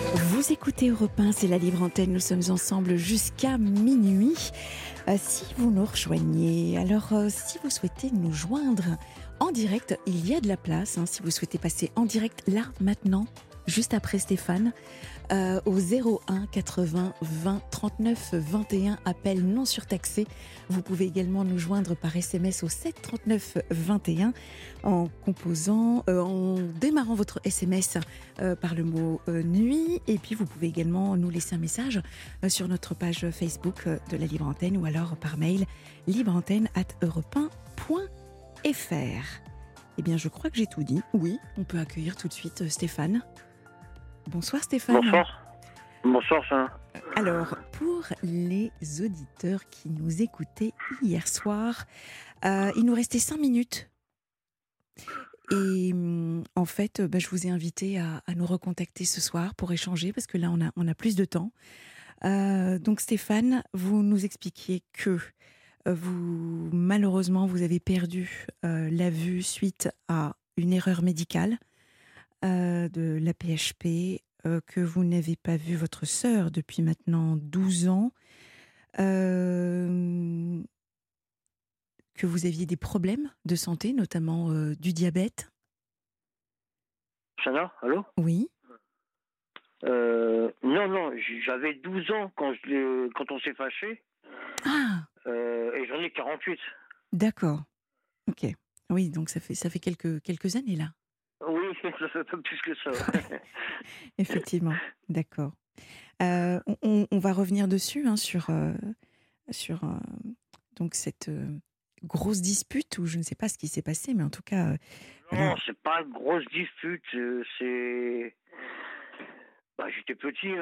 Vous écoutez Europe 1, c'est la libre antenne, nous sommes ensemble jusqu'à minuit. Si vous nous rejoignez, alors si vous souhaitez nous joindre en direct, il y a de la place. Si vous souhaitez passer en direct là, maintenant, juste après Stéphane, au 01 80 20 39 21, appel non surtaxé. Vous pouvez également nous joindre par SMS au 7 39 21 en démarrant votre SMS par le mot nuit. Et puis vous pouvez également nous laisser un message sur notre page Facebook de la Libre Antenne ou alors par mail libreantenne@europe1.fr. Eh bien, je crois que j'ai tout dit. Oui, on peut accueillir tout de suite Stéphane. Bonsoir Stéphane. Bonsoir. Bonsoir, ça. Alors, pour les auditeurs qui nous écoutaient hier soir, il nous restait 5 minutes. Et en fait, je vous ai invité à nous recontacter ce soir pour échanger, parce que là, on a plus de temps. Donc Stéphane, vous nous expliquiez que malheureusement, vous avez perdu la vue suite à une erreur médicale de la PHP, que vous n'avez pas vu votre sœur depuis maintenant 12 ans, que vous aviez des problèmes de santé, notamment du diabète. Chana, allô? Oui. Non, j'avais 12 ans quand on s'est fâché. Ah, Et j'en ai 48. d'accord. Ok. Oui, donc ça fait quelques années là. Oui, ça fait un peu plus que ça. Ouais. Effectivement, d'accord. On va revenir dessus, sur donc cette grosse dispute, ou je ne sais pas ce qui s'est passé, mais en tout cas... Non, c'est pas une grosse dispute. C'est... j'étais petit,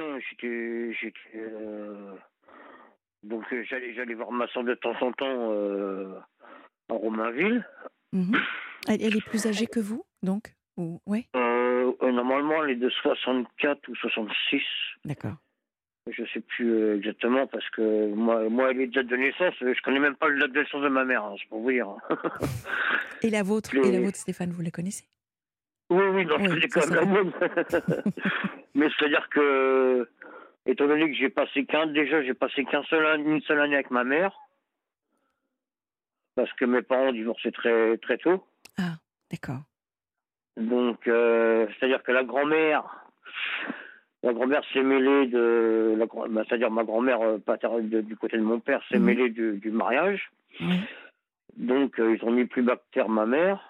donc j'allais voir ma soeur de temps en temps à Romainville. Elle est plus âgée que vous, donc ouais. Normalement, elle est de 64 ou 66. D'accord. Je sais plus exactement, parce que moi, les dates de naissance, je connais même pas la date de naissance de ma mère, c'est pour vous dire. Et la vôtre, Stéphane, vous la connaissez? Oui, non, je connais quand même la mienne. Mais c'est-à-dire que, étant donné que j'ai passé une seule année avec ma mère, parce que mes parents ont divorcé très, très tôt. Ah, d'accord. Donc, c'est-à-dire que la grand-mère s'est mêlée c'est-à-dire ma grand-mère paternelle du côté de mon père s'est mêlée du mariage. Oui. Donc, ils ont mis plus bas que terre ma mère.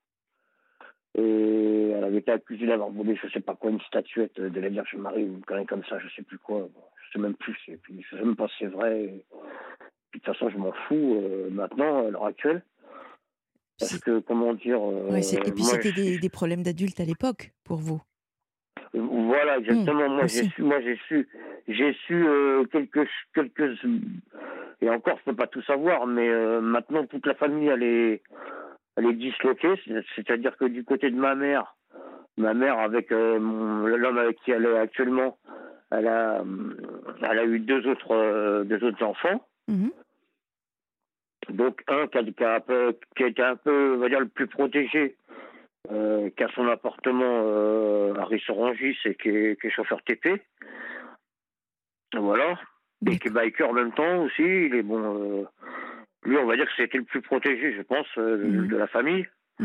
Et elle avait été accusée d'avoir volé, je sais pas quoi, une statuette de la Vierge Marie ou une connerie comme ça, je sais plus quoi. Je sais même plus. Et puis, je sais même pas si c'est vrai. Et puis, de toute façon, je m'en fous maintenant, à l'heure actuelle. Parce que, comment dire... et puis c'était des problèmes d'adultes à l'époque, pour vous. Voilà, exactement. Moi, j'ai su quelques... Et encore, je peux pas tout savoir, mais maintenant, toute la famille, elle est disloquée. C'est-à-dire que du côté de ma mère avec l'homme avec qui elle est actuellement, elle a eu deux autres enfants. Donc un qui a été un peu, on va dire, le plus protégé, qui a son appartement à Rissorangis et qui est chauffeur TP. Voilà. Et qui est biker en même temps aussi. Il est bon. Lui, on va dire que c'était le plus protégé, je pense, de la famille.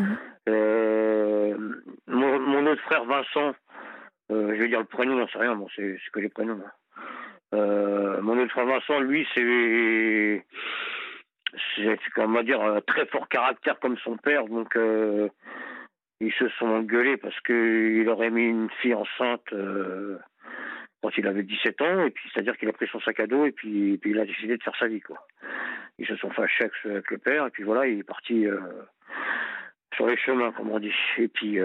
Mon autre frère Vincent, je vais dire le prénom, j'en sais rien, bon, c'est que les prénoms. Mon autre frère Vincent, lui, c'est comment dire, un très fort caractère comme son père, donc ils se sont engueulés parce qu'il aurait mis une fille enceinte quand il avait 17 ans, et puis c'est-à-dire qu'il a pris son sac à dos et puis il a décidé de faire sa vie, quoi. Ils se sont fâchés avec le père, et puis voilà, il est parti sur les chemins, comme on dit. Et puis,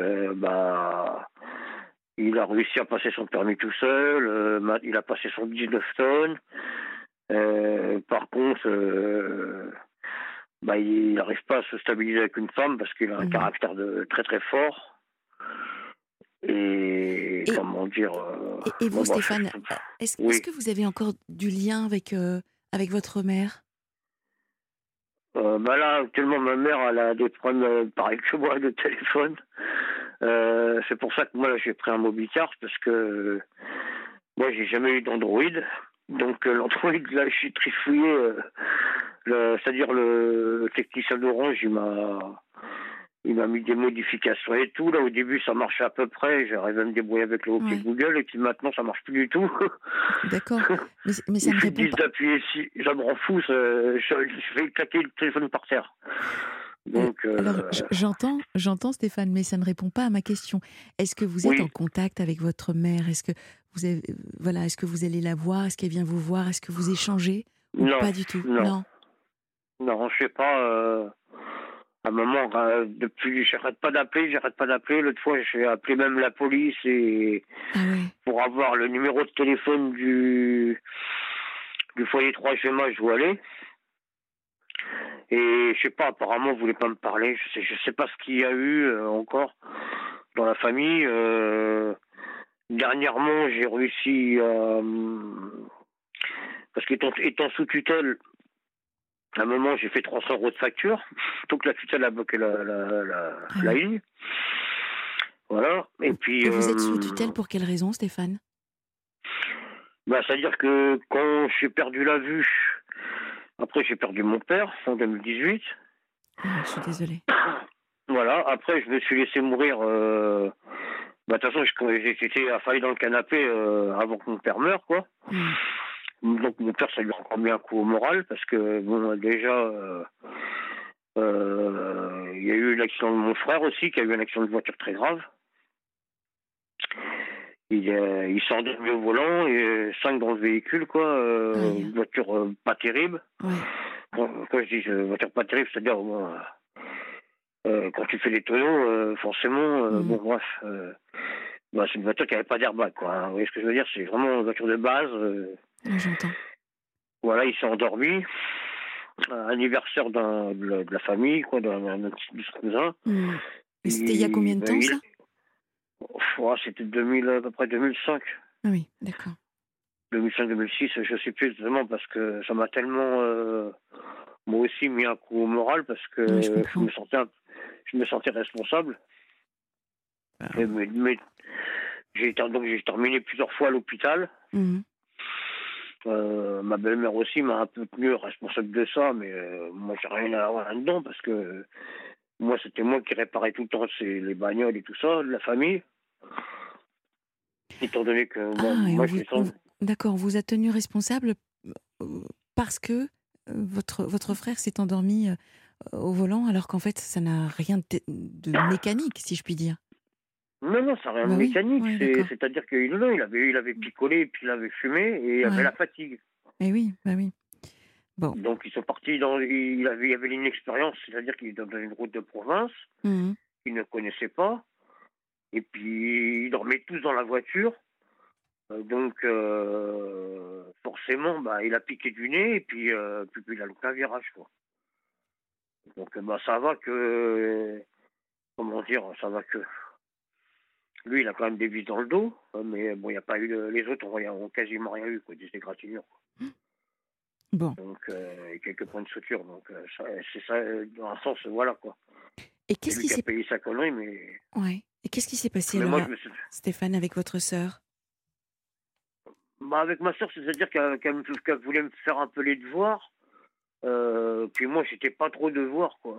il a réussi à passer son permis tout seul, il a passé son 19 tonnes. Par contre, il n'arrive pas à se stabiliser avec une femme parce qu'il a un caractère très très fort. Et comment dire... Et vous, Stéphane, est-ce que vous avez encore du lien avec votre mère? Là, actuellement, ma mère, elle a des problèmes pareil que moi de téléphone. C'est pour ça que moi, j'ai pris un mobicard, parce que Moi, j'ai jamais eu d'Android. Donc, l'Android, là, je suis trifouillé. C'est-à-dire, le technicien d'Orange, il m'a mis des modifications et tout. Là, au début, ça marchait à peu près. J'arrivais à me débrouiller avec le OK Ouais, Google. Et puis maintenant, ça marche plus du tout. d'accord. Mais ça Il ne suffit répond de 10 pas. d'appuyer ici. Ça me rend fou. Je fais claquer le téléphone par terre. Donc, Alors, j'entends Stéphane, mais ça ne répond pas à ma question. Est-ce que vous êtes en oui, contact avec votre mère? Est-ce que vous avez, voilà, est-ce que vous allez la voir? Est-ce qu'elle vient vous voir? Est-ce que vous échangez? Ou non, pas du tout? non, Non. non, je sais pas. À un moment, depuis, j'arrête pas d'appeler. L'autre fois, j'ai appelé même la police et Ah ouais. pour avoir le numéro de téléphone du foyer 3 chômage où aller. Et je sais pas, apparemment, vous voulez pas me parler. Je sais pas ce qu'il y a eu encore dans la famille. Dernièrement, j'ai réussi parce qu'étant sous tutelle, à un moment, j'ai fait 300 € de facture. Donc la tutelle a bloqué Ah la oui. ligne. Voilà. Et puis, Et vous êtes sous tutelle pour quelle raison, Stéphane? bah, c'est-à-dire que quand j'ai perdu la vue, après j'ai perdu mon père en 2018. Ah, je suis désolée. Voilà. Après, je me suis laissé mourir. Bah, de toute façon, j'étais affalé dans le canapé avant que mon père meure, quoi. Hmm. Donc mon père, ça lui a encore mis un coup au moral parce que bon, déjà, il y a eu l'accident de mon frère aussi, qui a eu un accident de voiture très grave. Il s'est endormi au volant et 5 dans le véhicule, quoi. Aïe. Une voiture pas terrible. Ouais. Quand je dis voiture pas terrible, c'est-à-dire bon, quand tu fais les tonneaux, forcément, Hmm. bon bref, bah, c'est une voiture qui n'avait pas d'airbag, quoi, hein. Vous voyez ce que je veux dire? C'est vraiment une voiture de base. Ouais, j'entends. Voilà, il s'est endormi. Anniversaire de la famille, quoi, d'un petit cousin. Hmm. Et c'était il y a Et, combien de ben, temps, ça? c'était 2000, à peu près 2005. Ah oui, d'accord. 2005-2006, je sais plus exactement parce que ça m'a tellement, moi aussi, mis un coup au moral parce Ouais, je que comprends. je me sentais responsable. Ah. Mais donc j'ai terminé plusieurs fois à l'hôpital. Mhm. Ma belle-mère aussi m'a un peu tenu responsable de ça, mais moi j'ai rien à voir là-dedans parce que moi c'était moi qui réparais tout le temps les bagnoles et tout ça de la famille, étant donné que Ah, et moi j'étais sans. d'accord, on vous a tenu responsable parce que votre frère s'est endormi au volant, alors qu'en fait, ça n'a rien de mécanique, si je puis dire. Non, non, ça n'a rien de Bah oui, mécanique, ouais, d'accord. c'est-à-dire que non, il avait picolé et puis il avait fumé et il avait Ouais, la fatigue. et oui, bah oui. Bon. Donc ils sont partis il y avait une expérience, c'est-à-dire qu'il était dans une route de province, Mhm. qu'il ne connaissait pas, et puis ils dormaient tous dans la voiture. Donc forcément, bah, il a piqué du nez et puis il a loupé un virage, quoi. Donc bah, ça va que, comment dire, ça va que. Lui, il a quand même des vis dans le dos, mais bon, il n'y a pas eu les autres ont quasiment rien eu, quoi, des égratignures, quoi. Bon. Donc et quelques points de suture. Donc c'est ça, dans un sens, voilà, quoi. Et C'est qu'est-ce lui qui qui a s'est payé sa connerie, mais ouais. Et qu'est-ce qui s'est passé alors, moi je me suis. Stéphane, avec votre sœur? Bah, avec ma soeur, c'est-à-dire qu'elle voulait me faire un peu les devoirs. Puis moi, j'étais pas trop devoir, quoi.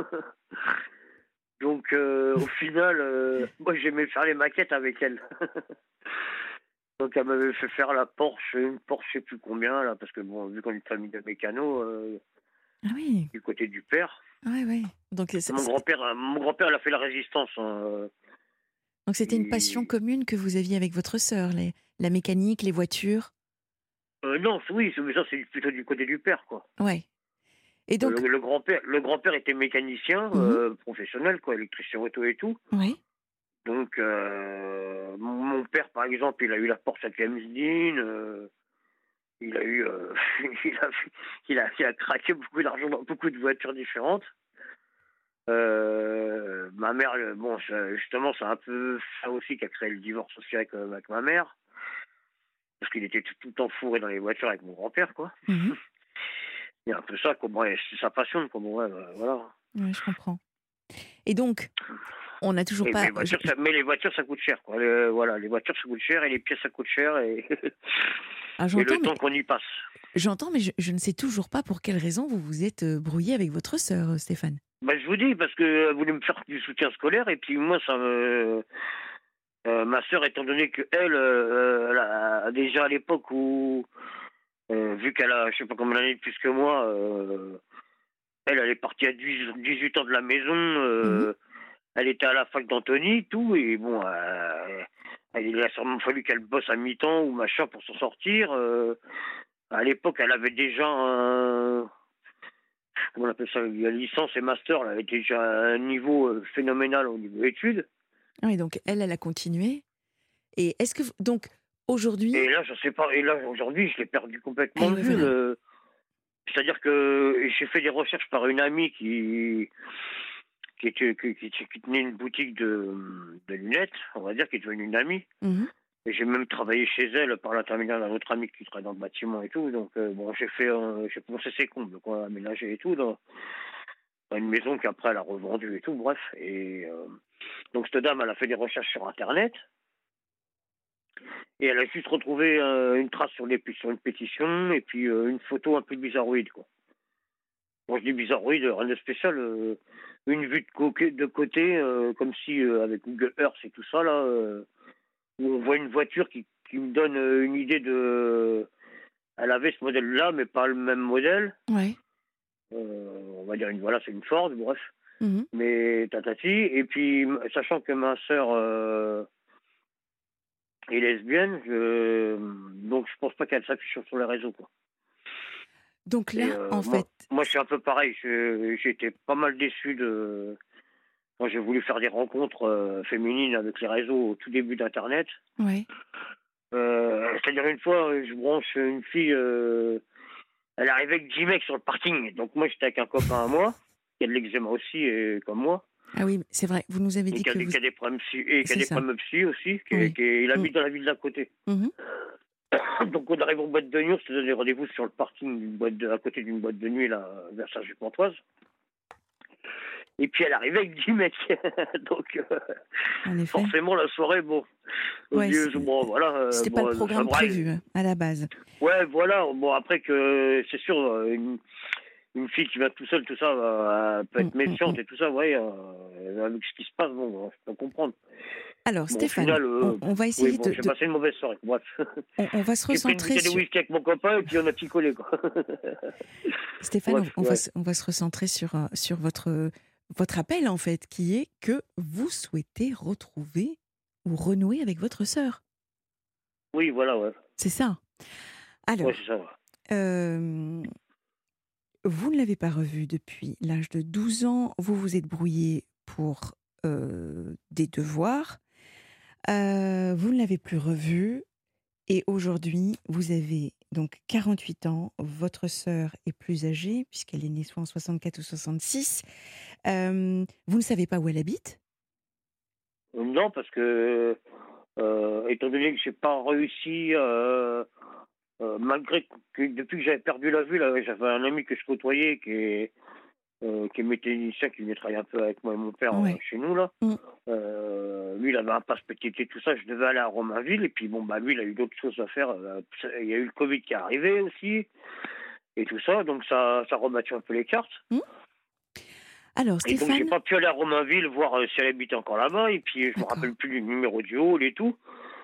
Donc, au final, moi, j'aimais faire les maquettes avec elle. Donc, elle m'avait fait faire une Porsche, je sais plus combien, là, parce que, bon, vu qu'on est une famille de mécanos, Ah oui, du côté du père, ouais, ouais. mon grand-père, il a fait la résistance, hein, Donc c'était une passion et- commune que vous aviez avec votre sœur, la mécanique, les voitures. non, oui, mais ça, c'est plutôt du côté du père, quoi. Ouais. Et donc, Le grand-père était mécanicien, mhm, professionnel, quoi, électricien auto et tout. ouais. Donc, mon père, par exemple, il a eu la Porsche à James Dean, il a eu, il a craqué beaucoup d'argent dans beaucoup de voitures différentes. Ma mère, bon, justement, c'est un peu ça aussi qui a créé le divorce aussi avec ma mère, parce qu'il était tout le temps fourré dans les voitures avec mon grand-père, quoi. Mhm. Il y a un peu ça, quoi. Bon, ouais, c'est sa passion, quoi. Bon, ouais, voilà. Ouais, je comprends. Et donc, On n'a toujours Et pas. mais les voitures, ça coûte cher, quoi. Voilà, les voitures, ça coûte cher et les pièces, ça coûte cher et, Ah, et le j'entends, mais temps qu'on y passe. je ne sais toujours pas pour quelle raison vous vous êtes brouillé avec votre sœur, Stéphane. Bah, je vous dis, parce qu'elle voulait me faire du soutien scolaire et puis moi, ma sœur, étant donné qu'elle, déjà à l'époque où, vu qu'elle a, je sais pas combien d'années de plus que moi, elle est partie à 18 ans de la maison. Mhm. Elle était à la fac d'Antony, tout, et bon, il a sûrement fallu qu'elle bosse à mi-temps ou machin pour s'en sortir. À l'époque, elle avait déjà comment on appelle ça, la licence et master, elle avait déjà un niveau phénoménal au niveau études. Ah oui, donc elle a continué. Et est-ce que donc aujourd'hui, Et là, je sais pas, et là, aujourd'hui, je l'ai perdu complètement eh de oui, vue. voilà. C'est-à-dire que j'ai fait des recherches par une amie qui tenait une boutique de lunettes, on va dire, qui est devenue une amie. Mhm. Et j'ai même travaillé chez elle par l'intermédiaire d'un autre ami qui travaille dans le bâtiment et tout. Donc, bon, j'ai pensé ses combles, quoi, aménager et tout, dans une maison qu'après elle a revendue et tout, bref. Et donc, cette dame, elle a fait des recherches sur Internet et elle a juste retrouvé une trace sur une pétition et puis une photo un peu bizarroïde, quoi. Bon, je dis bizarroïde, rien de spécial. Une vue de côté, comme si avec Google Earth et tout ça, là, où on voit une voiture qui me donne une idée de. Elle avait ce modèle-là, mais pas le même modèle. Ouais. On va dire voilà, c'est une Ford, bref. Mhm. Mais tatati. Et puis, sachant que ma sœur est lesbienne, donc je pense pas qu'elle s'affiche sur les réseaux, quoi. Donc Et là, en moi, fait, moi, je suis un peu pareil. J'ai été pas mal déçu quand j'ai voulu faire des rencontres féminines avec les réseaux au tout début d'Internet. ouais. C'est-à-dire une fois, je branche une fille, elle arrivait avec 10 mecs sur le parking. Donc moi, j'étais avec un copain à moi, qui a de l'eczéma aussi, et comme moi, Ah oui, c'est vrai. Vous nous avez et dit que vous. qui a des problèmes psy, et qui a C'est des ça. problèmes psy aussi. Oui. Il Mm. habite dans la ville d'à côté. Mhm. Donc on arrive en boîte de nuit, on se donne rendez-vous sur le parking à côté d'une boîte de nuit, là, vers Saint-Just-Pontoise. Et puis elle arrivait avec 10 mecs. Donc En effet. forcément, la soirée, bon, Ouais, bon, voilà, c'était pas le bon, ça programme braille. prévu à la base. Ouais, voilà. Bon, après que c'est sûr, une fille qui va tout seule, tout ça, elle peut Mm, être mm, mm. méfiante et tout ça, ouais, avec ce qui se passe, bon, je peux comprendre. Alors, Bon, au Stéphane, final, on va oui, essayer bon, j'ai passé une mauvaise soirée. Bref. on va se J'ai pris une recentrer bouteille de sur. whisky avec mon copain et puis on a picolé, quoi. Stéphane, Bref, ouais. on va se recentrer sur votre appel, en fait, qui est que vous souhaitez retrouver ou renouer avec votre sœur. Oui, voilà, ouais. C'est ça. Ouais, Alors, c'est ça, ouais. euh, vous ne l'avez pas revue depuis l'âge de 12 ans. Vous vous êtes brouillé pour des devoirs. Vous ne l'avez plus revue. Et aujourd'hui, vous avez donc 48 ans. Votre sœur est plus âgée, puisqu'elle est née soit en 64 ou 66. Vous ne savez pas où elle habite ? Non, parce que, étant donné que j'ai pas réussi, malgré que depuis que j'avais perdu la vue, là, j'avais un ami que je côtoyais qui est mécanicien, qui venait travailler un peu avec moi et mon père Ouais. chez nous, là. Mm. Lui, il avait un passe PTT, tout ça. Je devais aller à Romainville. Et puis, bon, bah, lui, il a eu d'autres choses à faire. Il y a eu le Covid qui est arrivé aussi. Et tout ça. Donc, ça rebattu un peu les cartes. Mm. Alors, Et donc, j'ai Stéphane, pas pu aller à Romainville voir si elle habitait encore là-bas. Et puis, je me d'accord. rappelle plus du numéro du hall et tout.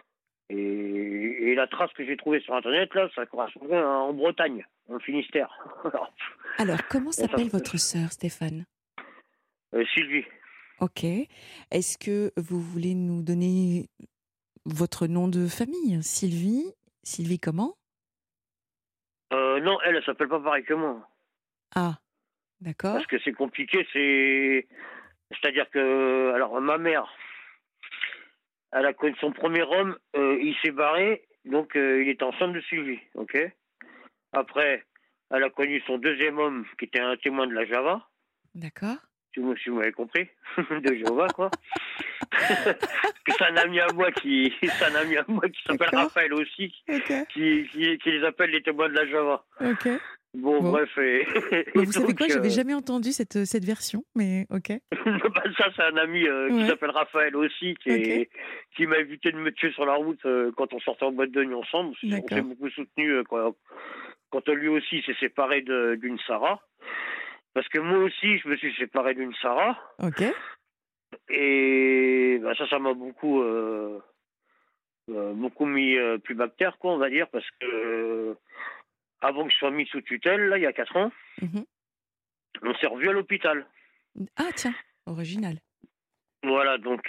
Et la trace que j'ai trouvée sur Internet, là, ça correspondait en Bretagne, en Finistère. Alors, comment ça, s'appelle votre sœur, Stéphane ? Sylvie. Ok. Est-ce que vous voulez nous donner votre nom de famille ? Sylvie ? Sylvie comment ? Non, elle s'appelle pas pareil que moi. Ah, d'accord. Parce que c'est compliqué, c'est-à-dire que, alors, ma mère, elle a connu son premier homme, il s'est barré, donc il est enceinte de Sylvie, ok. Après, elle a connu son deuxième homme, qui était un témoin de la Java, D'accord. si vous m'avez compris, de Jéhovah, quoi. C'est un ami à moi c'est un ami à moi qui s'appelle D'accord. Raphaël aussi, Ok. qui les appelle les témoins de la Java. Ok. Bon, Bon. bref, et, Bah, et vous savez donc, quoi? J'avais jamais entendu cette version, mais OK. bah, ça, c'est un ami qui Ouais, s'appelle Raphaël aussi, OK, qui m'a évité de me tuer sur la route quand on sortait en boîte de nuit ensemble. On s'est d'accord. beaucoup soutenu quand lui aussi s'est séparé d'une Sarah. Parce que moi aussi, je me suis séparé d'une Sarah. OK. Et bah, ça m'a beaucoup mis plus bactère, quoi, on va dire, parce que avant que je sois mis sous tutelle, là, il y a 4 ans, Mmh. on s'est revu à l'hôpital. Ah tiens, original. Voilà, donc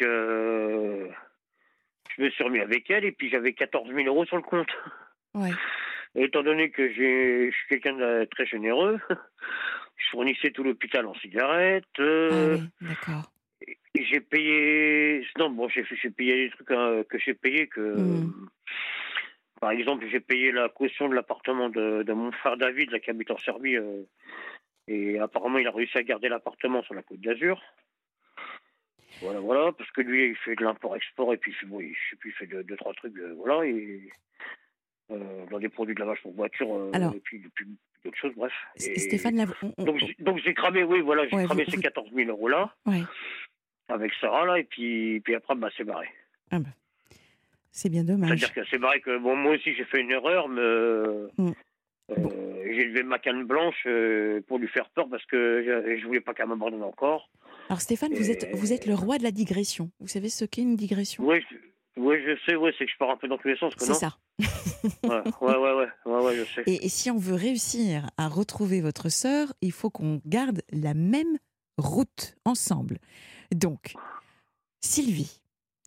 je me suis remis avec elle et puis j'avais 14 000 € sur le compte. Ouais. Et étant donné que je suis quelqu'un de très généreux, je fournissais tout l'hôpital en cigarettes. Ah oui, d'accord. Et j'ai payé. Non, bon, j'ai payé des trucs que j'ai payé que. Mmh. Par exemple, j'ai payé la caution de l'appartement de mon frère David, là, qui habite en Serbie. Et apparemment, il a réussi à garder l'appartement sur la Côte d'Azur. Voilà, voilà, parce que lui, il fait de l'import-export et puis bon, je sais plus, il fait deux, trois trucs, voilà, et dans des produits de lavage pour voiture Alors, et puis d'autres choses, bref. Stéphane, Et là, donc j'ai cramé, oui, voilà, j'ai ouais, cramé ces 14 000 € là ouais. avec Sarah là, et puis après, bah, c'est barré. Ah bah, c'est bien C'est-à-dire dommage. que c'est vrai que bon, moi aussi j'ai fait une erreur, mais Mmh. Bon, j'ai levé ma canne blanche pour lui faire peur parce que je voulais pas qu'elle m'abandonne encore. alors Stéphane, vous êtes Et le roi de la digression. Vous savez ce qu'est une digression? oui, je sais, ouais, c'est que je pars un peu dans tous les sens, que C'est non? ça. Ouais, je sais. Et si on veut réussir à retrouver votre sœur, il faut qu'on garde la même route ensemble. Donc, Sylvie,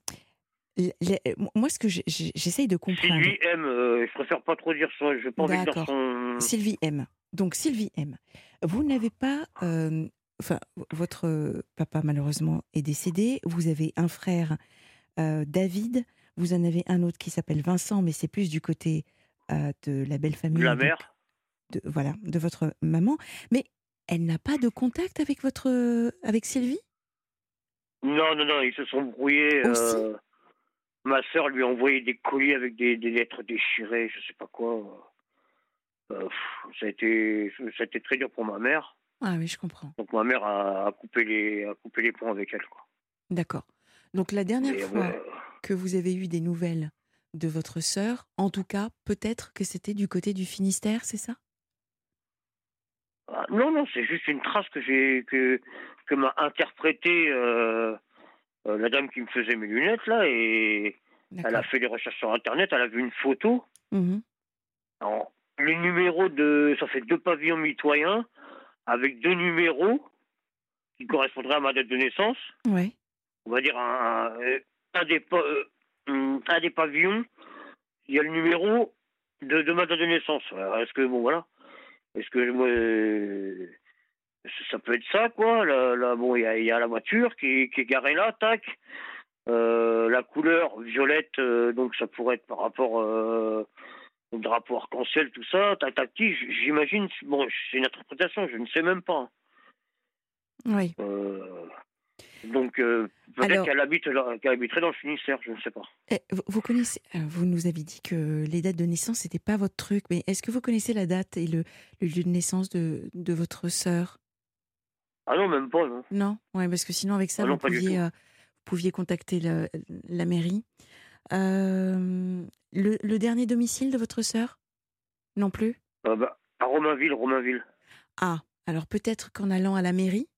moi, ce que j'essaye de comprendre. Sylvie aime, je préfère pas trop dire ça, j'ai pas envie de dire D'accord. son. Sylvie M. Donc, Sylvie M. Vous n'avez pas. Enfin, votre papa, malheureusement, est décédé. Vous avez un frère, David. Vous en avez un autre qui s'appelle Vincent, mais c'est plus du côté de la belle De la famille, donc mère? voilà, de votre maman. Mais elle n'a pas de contact avec avec Sylvie Non, non, non, ils se sont brouillés. aussi? Ma sœur lui a envoyé des colis avec des lettres déchirées, je sais pas quoi. Ça a été très dur pour ma mère. Ah oui, je comprends. Donc ma mère a coupé les ponts avec elle, quoi. D'accord. Donc la dernière Mais fois que vous avez eu des nouvelles de votre sœur, en tout cas, peut-être que c'était du côté du Finistère, c'est ça? non, non, c'est juste une trace que m'a interprété la dame qui me faisait mes lunettes là, et elle a D'accord. fait des recherches sur internet, elle a vu une photo. Mhm. Alors, le numéro ça fait deux pavillons mitoyens avec deux numéros qui correspondraient à ma date de naissance. Ouais. On va dire un des pavillons, il y a le numéro de ma date de naissance. Alors, est-ce que bon voilà, est-ce que moi ça peut être ça, quoi. Bon, il y a la voiture qui est garée là, tac. La couleur violette, donc ça pourrait être par rapport au drapeau arc-en-ciel, tout ça, tac, tac, tac. J'imagine, bon, c'est une interprétation, je ne sais même pas. Oui. Euh, donc peut-être Alors, qu'elle habiterait dans le Finistère, je ne sais pas. vous connaissez, vous nous avez dit que les dates de naissance, c'était pas votre truc, mais est-ce que vous connaissez la date et le lieu de naissance de votre sœur? Ah non, même pas, non. Non? Ouais, parce que sinon, avec ça, Ah non, pas du tout. vous pouviez contacter la mairie. Le dernier domicile de votre sœur? Non plus? Bah, à Romainville. Ah, alors peut-être qu'en allant à la mairie,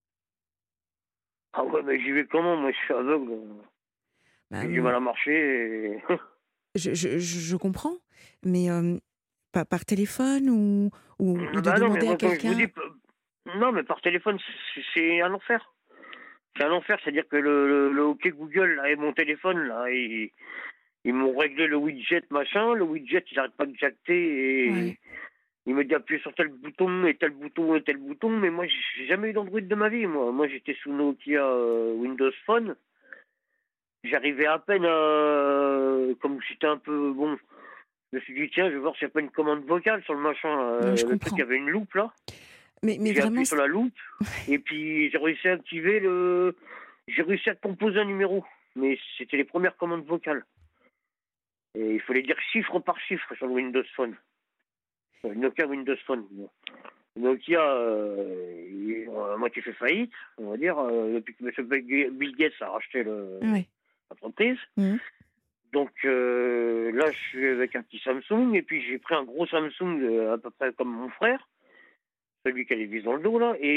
Ah ouais, mais j'y vais comment? Moi, je suis aveugle. bah, J'ai du mal à marcher. Et... je comprends, mais par téléphone ou de bah non, mais demander à moi, comme je vous quelqu'un. dis, non, mais par téléphone, c'est un enfer. C'est un enfer, c'est-à-dire que le OK Google là, et mon téléphone, là, ils m'ont réglé le widget, machin. Le widget, il n'arrête pas de jacter Ouais, et il me dit appuyer sur tel bouton et tel bouton et tel bouton. Mais moi, j'ai jamais eu d'Android de ma vie, moi. Moi, j'étais sous Nokia Windows Phone. J'arrivais à peine comme j'étais un peu bon. Je me suis dit, tiens, je vais voir s'il n'y a pas une commande vocale sur le machin. je Le truc, il y comprends. avait une loupe, là. Mais J'ai vraiment, appuyé sur la loupe et puis j'ai réussi à activer J'ai réussi à composer un numéro. Mais c'était les premières commandes vocales. Et il fallait dire chiffre par chiffre sur le Windows Phone. Nokia Windows Phone. Bon. Nokia, ils ont à moitié fait faillite, on va dire, depuis que Bill Gates a racheté Ouais. l'entreprise. Mmh. Donc là, je suis avec un petit Samsung, et puis j'ai pris un gros Samsung à peu près comme mon frère, celui qui a les vis dans le dos, là.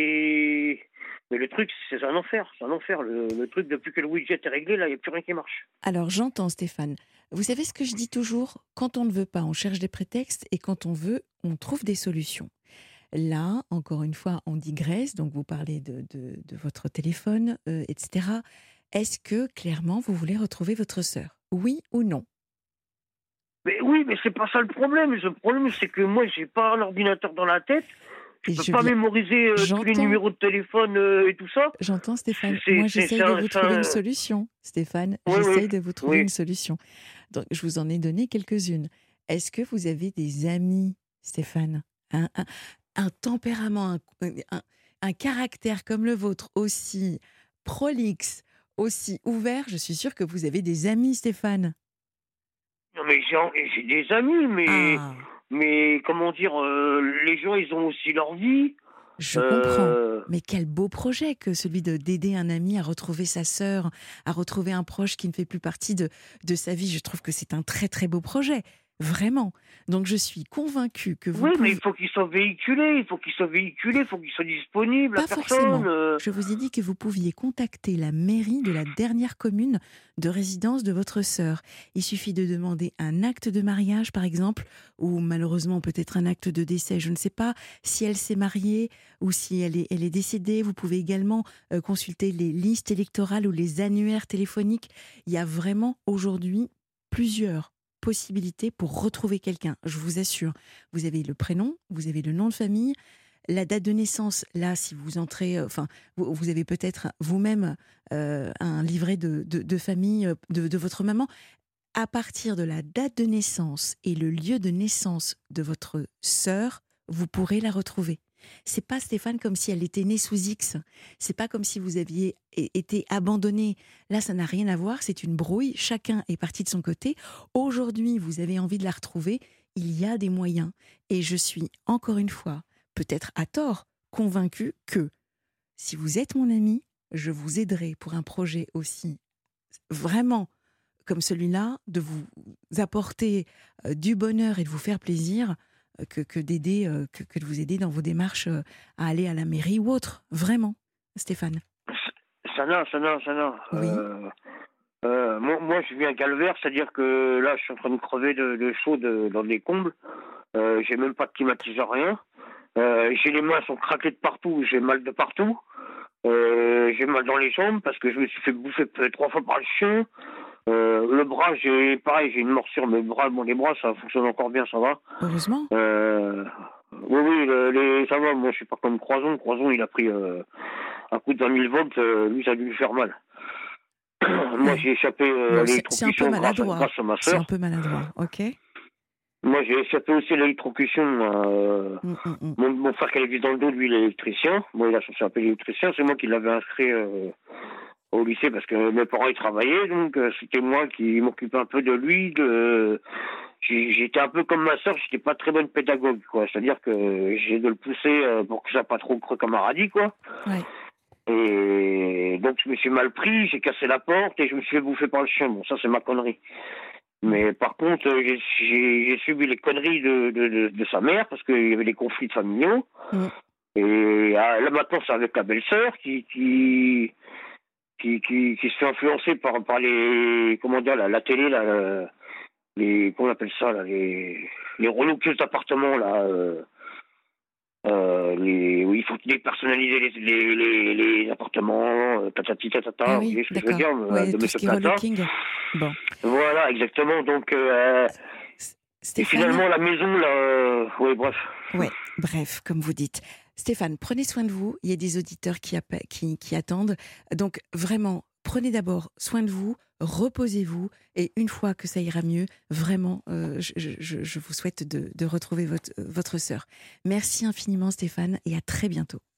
Mais le truc, c'est un enfer, c'est un enfer. Le truc, depuis que le widget est réglé, là, il n'y a plus rien qui marche. Alors j'entends Stéphane. Vous savez ce que je dis toujours? Quand on ne veut pas, on cherche des prétextes et quand on veut, on trouve des solutions. Là, encore une fois, on digresse, donc vous parlez de votre téléphone, etc. Est-ce que, clairement, vous voulez retrouver votre sœur? Oui ou non? Mais oui, mais c'est pas ça le problème. Le problème, c'est que moi, j'ai pas un ordinateur dans la tête. Je Et peux je pas viens, mémoriser tous les j'entends, numéros de téléphone et tout ça. j'entends Stéphane. C'est Moi, c'est- j'essaye c'est de un, vous c'est trouver une un- solution. Stéphane, Oui, oui, j'essaye de vous trouver une oui. solution. Donc, je vous en ai donné quelques-unes. Est-ce que vous avez des amis, Stéphane? Un tempérament, un- un caractère comme le vôtre, aussi prolixe, aussi ouvert, je suis sûre que vous avez des amis, Stéphane. Non, mais j'ai des amis, Ah, mais comment dire, les gens, ils ont aussi leur vie. je comprends. Euh, Mais quel beau projet que celui d'aider un ami à retrouver sa sœur, à retrouver un proche qui ne fait plus partie de sa vie. Je trouve que c'est un très très beau projet, vraiment. Donc je suis convaincue que vous oui, mais pouvez. il faut qu'ils soient véhiculés, il faut qu'ils soient disponibles à Pas personne. forcément. Je vous ai dit que vous pouviez contacter la mairie de la dernière commune de résidence de votre sœur. Il suffit de demander un acte de mariage, par exemple, ou malheureusement peut-être un acte de décès. Je ne sais pas si elle s'est mariée ou si elle est décédée. Vous pouvez également consulter les listes électorales ou les annuaires téléphoniques. Il y a vraiment aujourd'hui plusieurs possibilités pour retrouver quelqu'un. Je vous assure. Vous avez le prénom, vous avez le nom de famille. La date de naissance, là, si vous entrez, vous avez peut-être vous-même un livret de famille de votre maman. À partir de la date de naissance et le lieu de naissance de votre sœur, vous pourrez la retrouver. C'est pas, Stéphane, comme si elle était née sous X. C'est pas comme si vous aviez été abandonné. Là, ça n'a rien à voir. C'est une brouille. Chacun est parti de son côté. Aujourd'hui, vous avez envie de la retrouver. Il y a des moyens. Et je suis, encore une fois, peut-être à tort, convaincue que si vous êtes mon ami, je vous aiderai pour un projet aussi vraiment comme celui-là, de vous apporter du bonheur et de vous faire plaisir, que d'aider, que de vous aider dans vos démarches à aller à la mairie ou autre. Vraiment, Stéphane. Ça n'a. Oui. Moi, je vis un calvaire, c'est-à-dire que là, je suis en train de crever de chaud dans des combles. J'ai même pas de climatiseur, rien. J'ai les mains sont craquées de partout, j'ai mal de partout. J'ai mal dans les jambes parce que je me suis fait bouffer 3 fois par le chien. Le bras, j'ai une morsure, mais les bras, ça fonctionne encore bien, ça va. Heureusement. Oui, ça va. Moi, je suis pas comme Croison. Croison, il a pris un coup de 20 000 volts. Lui, ça a dû lui faire mal. Moi, Ouais. j'ai échappé à Bon, c'est un peu l'électrocution maladroit. grâce à ma C'est un sœur. peu maladroit, ok. Moi, j'ai échappé aussi à l'électrocution. Mm, mm, mm. Mon frère qui avait dans le dos, lui, il est électricien. Bon, il a cherché un peu l'électricien. C'est moi qui l'avais inscrit au lycée parce que mes parents, ils travaillaient. Donc, c'était moi qui m'occupais un peu de lui. J'étais un peu comme ma sœur, j'étais pas très bonne pédagogue, quoi. C'est-à-dire que j'ai de le pousser pour que ça soit pas trop creux comme un radis, quoi. Ouais. Et donc, je me suis mal pris, j'ai cassé la porte et je me suis fait bouffer par le chien. Bon, ça, c'est ma connerie. Mm, Mais par contre, j'ai subi les conneries de sa mère parce qu'il y avait des conflits familiaux. mm. Et là, maintenant, c'est avec la belle-sœur qui se fait influencer par les, comment dire, la télé, là, comment on appelle ça, là, les relookeuses d'appartements, là, où il faut dépersonnaliser les appartements, tatati Ah tatata, vous oui, voyez ce que je veux d'accord. dire, Ouais, de tout ce Monsieur qui est Plata. relooking. Bon. Voilà, exactement. Donc, et Stéphane. finalement, la maison, là, oui, bref. Ouais, bref, comme vous dites. Stéphane, prenez soin de vous. Il y a des auditeurs qui attendent. Donc, vraiment, prenez d'abord soin de vous, reposez-vous. Et une fois que ça ira mieux, vraiment, je vous souhaite de retrouver votre sœur. Merci infiniment, Stéphane, et à très bientôt.